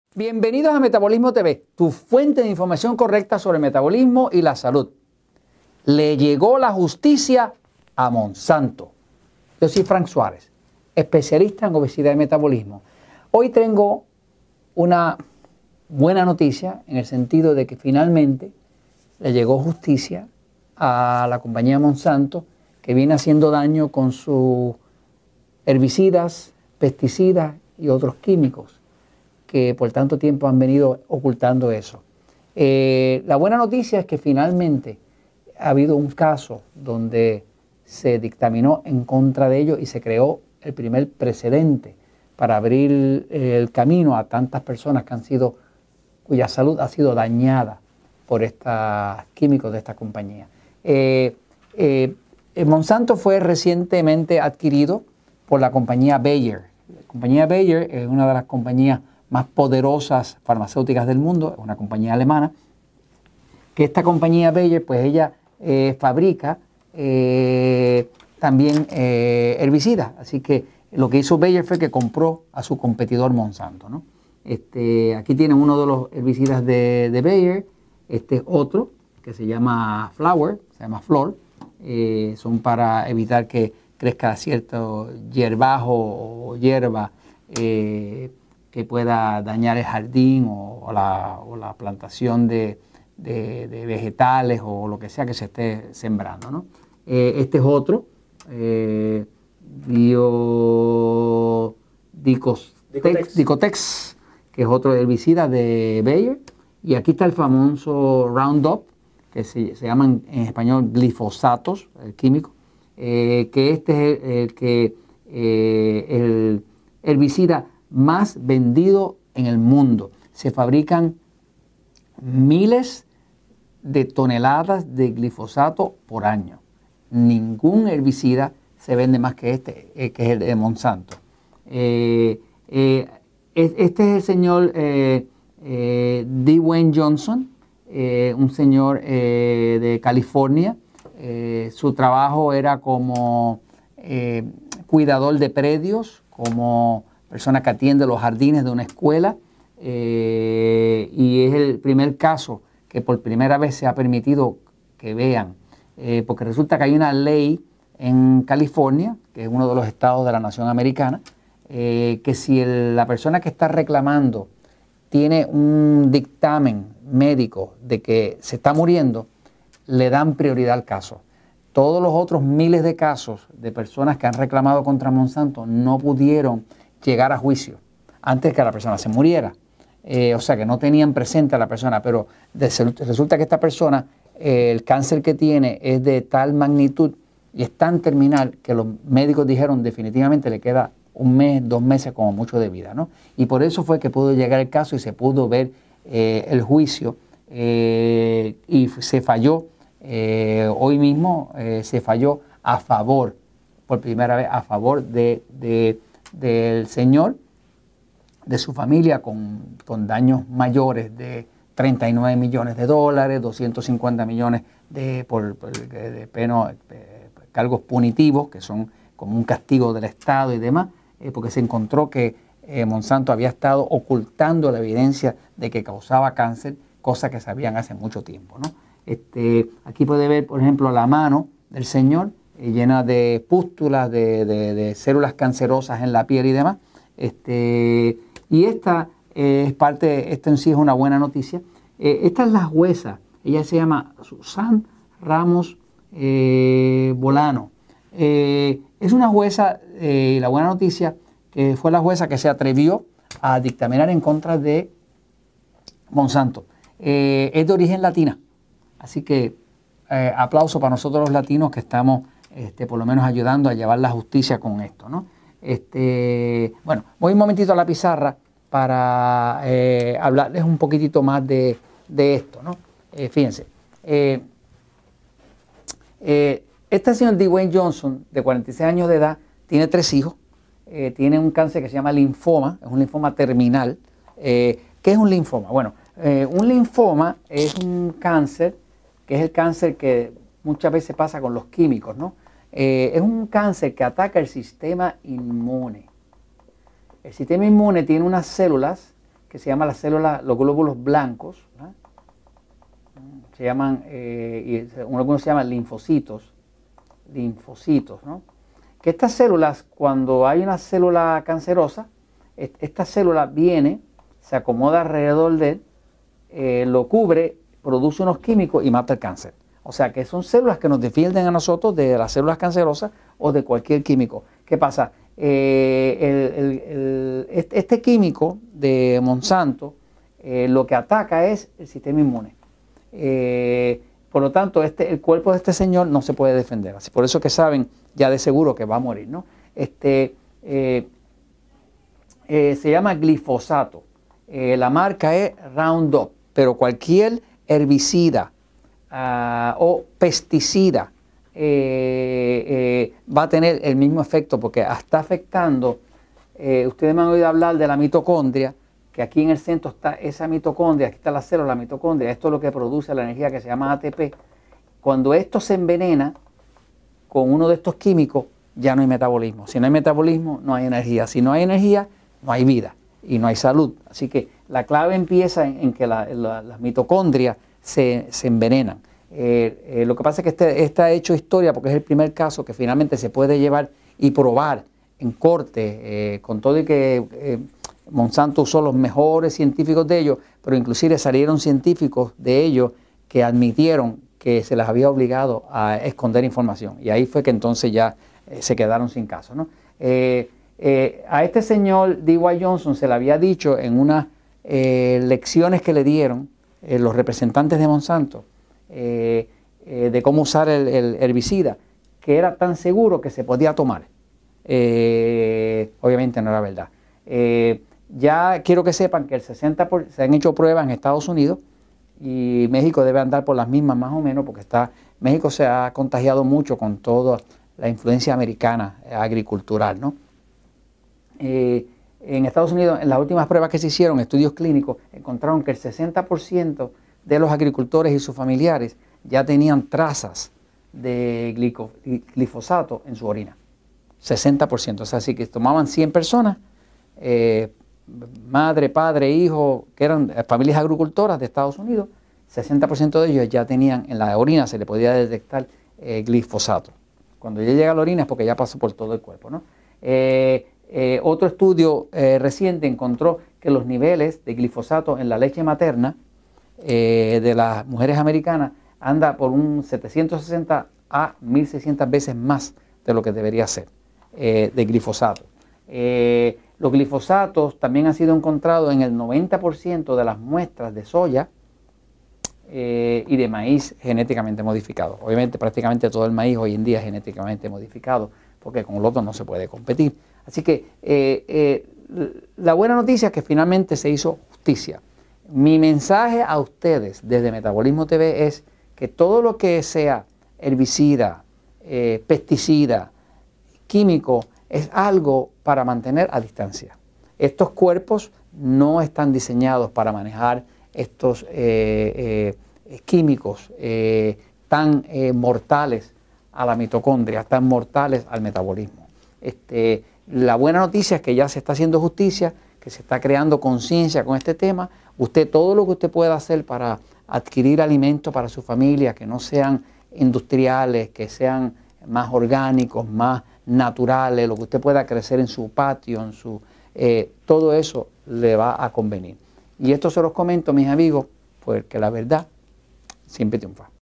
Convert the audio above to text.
Bienvenidos a Metabolismo TV, tu fuente de información correcta sobre el metabolismo y la salud. Le llegó la justicia a Monsanto. Yo soy Frank Suárez, especialista en obesidad y metabolismo. Hoy tengo una buena noticia en el sentido de que finalmente le llegó justicia a la compañía Monsanto, que viene haciendo daño con sus herbicidas, pesticidas y otros químicos que por tanto tiempo han venido ocultando eso. La buena noticia es que finalmente ha habido un caso donde se dictaminó en contra de ellos y se creó el primer precedente para abrir el camino a tantas personas cuya salud ha sido dañada por estos químicos de esta compañía. Monsanto fue recientemente adquirido por la compañía Bayer. La compañía Bayer es una de las compañías más poderosas farmacéuticas del mundo, es una compañía alemana, que esta compañía Bayer, pues ella fabrica también herbicidas. Así que lo que hizo Bayer fue que compró a su competidor Monsanto, ¿no? Aquí tienen uno de los herbicidas de Bayer, este es otro que se llama Flor, son para evitar que crezca cierto hierbajo o hierba que pueda dañar el jardín o la plantación de vegetales o lo que sea que se esté sembrando, ¿no? Este es otro, Dicotex, que es otro herbicida de Bayer. Y aquí está el famoso Roundup, que se llaman en español glifosatos, el químico, que este es el herbicida más vendido en el mundo. Se fabrican miles de toneladas de glifosato por año. Ningún herbicida se vende más que este, que es el de Monsanto. Este es el señor Dwayne Johnson, un señor de California. Su trabajo era como cuidador de predios, como persona que atiende los jardines de una escuela, y es el primer caso que por primera vez se ha permitido que vean, porque resulta que hay una ley en California, que es uno de los estados de la nación americana, que si la persona que está reclamando tiene un dictamen médico de que se está muriendo, le dan prioridad al caso. Todos los otros miles de casos de personas que han reclamado contra Monsanto no pudieron llegar a juicio antes que la persona se muriera. O sea que no tenían presente a la persona, pero resulta que esta persona, el cáncer que tiene es de tal magnitud y es tan terminal que los médicos dijeron definitivamente le queda 1 mes, 2 meses como mucho de vida, ¿no? Y por eso fue que pudo llegar el caso y se pudo ver el juicio y se falló. Hoy mismo se falló a favor, por primera vez, a favor del señor, de su familia, con daños mayores de 39 millones de dólares, 250 millones de cargos punitivos, que son como un castigo del Estado y demás, porque se encontró que Monsanto había estado ocultando la evidencia de que causaba cáncer, cosa que sabían hace mucho tiempo, ¿no? Aquí puede ver, por ejemplo, la mano del señor llena de pústulas, de células cancerosas en la piel y demás. Y esta en sí es una buena noticia. Esta es la jueza, ella se llama Susan Ramos Bolano. Es una jueza, la buena noticia, que fue la jueza que se atrevió a dictaminar en contra de Monsanto. Es de origen latina, así que aplauso para nosotros los latinos que estamos por lo menos ayudando a llevar la justicia con esto, ¿no? Bueno, voy un momentito a la pizarra para hablarles un poquitito más de esto, ¿no? Fíjense, este señor Dwayne Johnson, de 46 años de edad, tiene 3 hijos, tiene un cáncer que se llama linfoma, es un linfoma terminal. ¿Qué es un linfoma? Bueno, un linfoma es un cáncer, que es el cáncer que muchas veces pasa con los químicos, ¿no? Es un cáncer que ataca el sistema inmune. El sistema inmune tiene unas células que se llaman las células, los glóbulos blancos, ¿verdad? Se llaman, algunos se llaman linfocitos, ¿no? Que estas células, cuando hay una célula cancerosa, esta célula viene, se acomoda alrededor de él, lo cubre, produce unos químicos y mata el cáncer. O sea que son células que nos defienden a nosotros de las células cancerosas o de cualquier químico. ¿Qué pasa? Este químico de Monsanto lo que ataca es el sistema inmune. Por lo tanto, el cuerpo de este señor no se puede defender. Así, por eso que saben ya de seguro que va a morir, ¿no? Se llama glifosato. La marca es Roundup, pero cualquier herbicida o pesticida va a tener el mismo efecto porque está afectando. Ustedes me han oído hablar de la mitocondria, que aquí en el centro está esa mitocondria, aquí está la célula, la mitocondria, esto es lo que produce la energía que se llama ATP. Cuando esto se envenena con uno de estos químicos, ya no hay metabolismo. Si no hay metabolismo, no hay energía. Si no hay energía, no hay vida y no hay salud. Así que la clave empieza en que las mitocondrias se envenenan. Lo que pasa es que este ha hecho historia porque es el primer caso que finalmente se puede llevar y probar en corte, con todo y que Monsanto usó los mejores científicos de ellos, pero inclusive salieron científicos de ellos que admitieron que se les había obligado a esconder información. Y ahí fue que entonces ya se quedaron sin caso, ¿no? A este señor D.Y. Johnson se le había dicho en unas lecciones que le dieron los representantes de Monsanto de cómo usar el herbicida, que era tan seguro que se podía tomar. Obviamente no era verdad. Ya quiero que sepan que se han hecho pruebas en Estados Unidos y México debe andar por las mismas más o menos porque México se ha contagiado mucho con toda la influencia americana agricultural, ¿no? En Estados Unidos, en las últimas pruebas que se hicieron, estudios clínicos, encontraron que el 60% de los agricultores y sus familiares ya tenían trazas de glifosato en su orina. 60%. O sea, así que tomaban 100 personas, madre, padre, hijo, que eran familias agricultoras de Estados Unidos, 60% de ellos ya tenían en la orina, se le podía detectar glifosato. Cuando ya llega a la orina es porque ya pasó por todo el cuerpo, ¿no? Otro estudio reciente encontró que los niveles de glifosato en la leche materna de las mujeres americanas anda por un 760 a 1600 veces más de lo que debería ser de glifosato. Los glifosatos también han sido encontrados en el 90% de las muestras de soya y de maíz genéticamente modificado. Obviamente prácticamente todo el maíz hoy en día es genéticamente modificado porque con el otro no se puede competir. Así que la buena noticia es que finalmente se hizo justicia. Mi mensaje a ustedes desde Metabolismo TV es que todo lo que sea herbicida, pesticida, químico, es algo para mantener a distancia. Estos cuerpos no están diseñados para manejar estos químicos tan mortales a la mitocondria, tan mortales al metabolismo. La buena noticia es que ya se está haciendo justicia, que se está creando conciencia con este tema. Usted, todo lo que usted pueda hacer para adquirir alimentos para su familia, que no sean industriales, que sean más orgánicos, más naturales, lo que usted pueda crecer en su patio, todo eso le va a convenir. Y esto se los comento, mis amigos, porque la verdad siempre triunfa.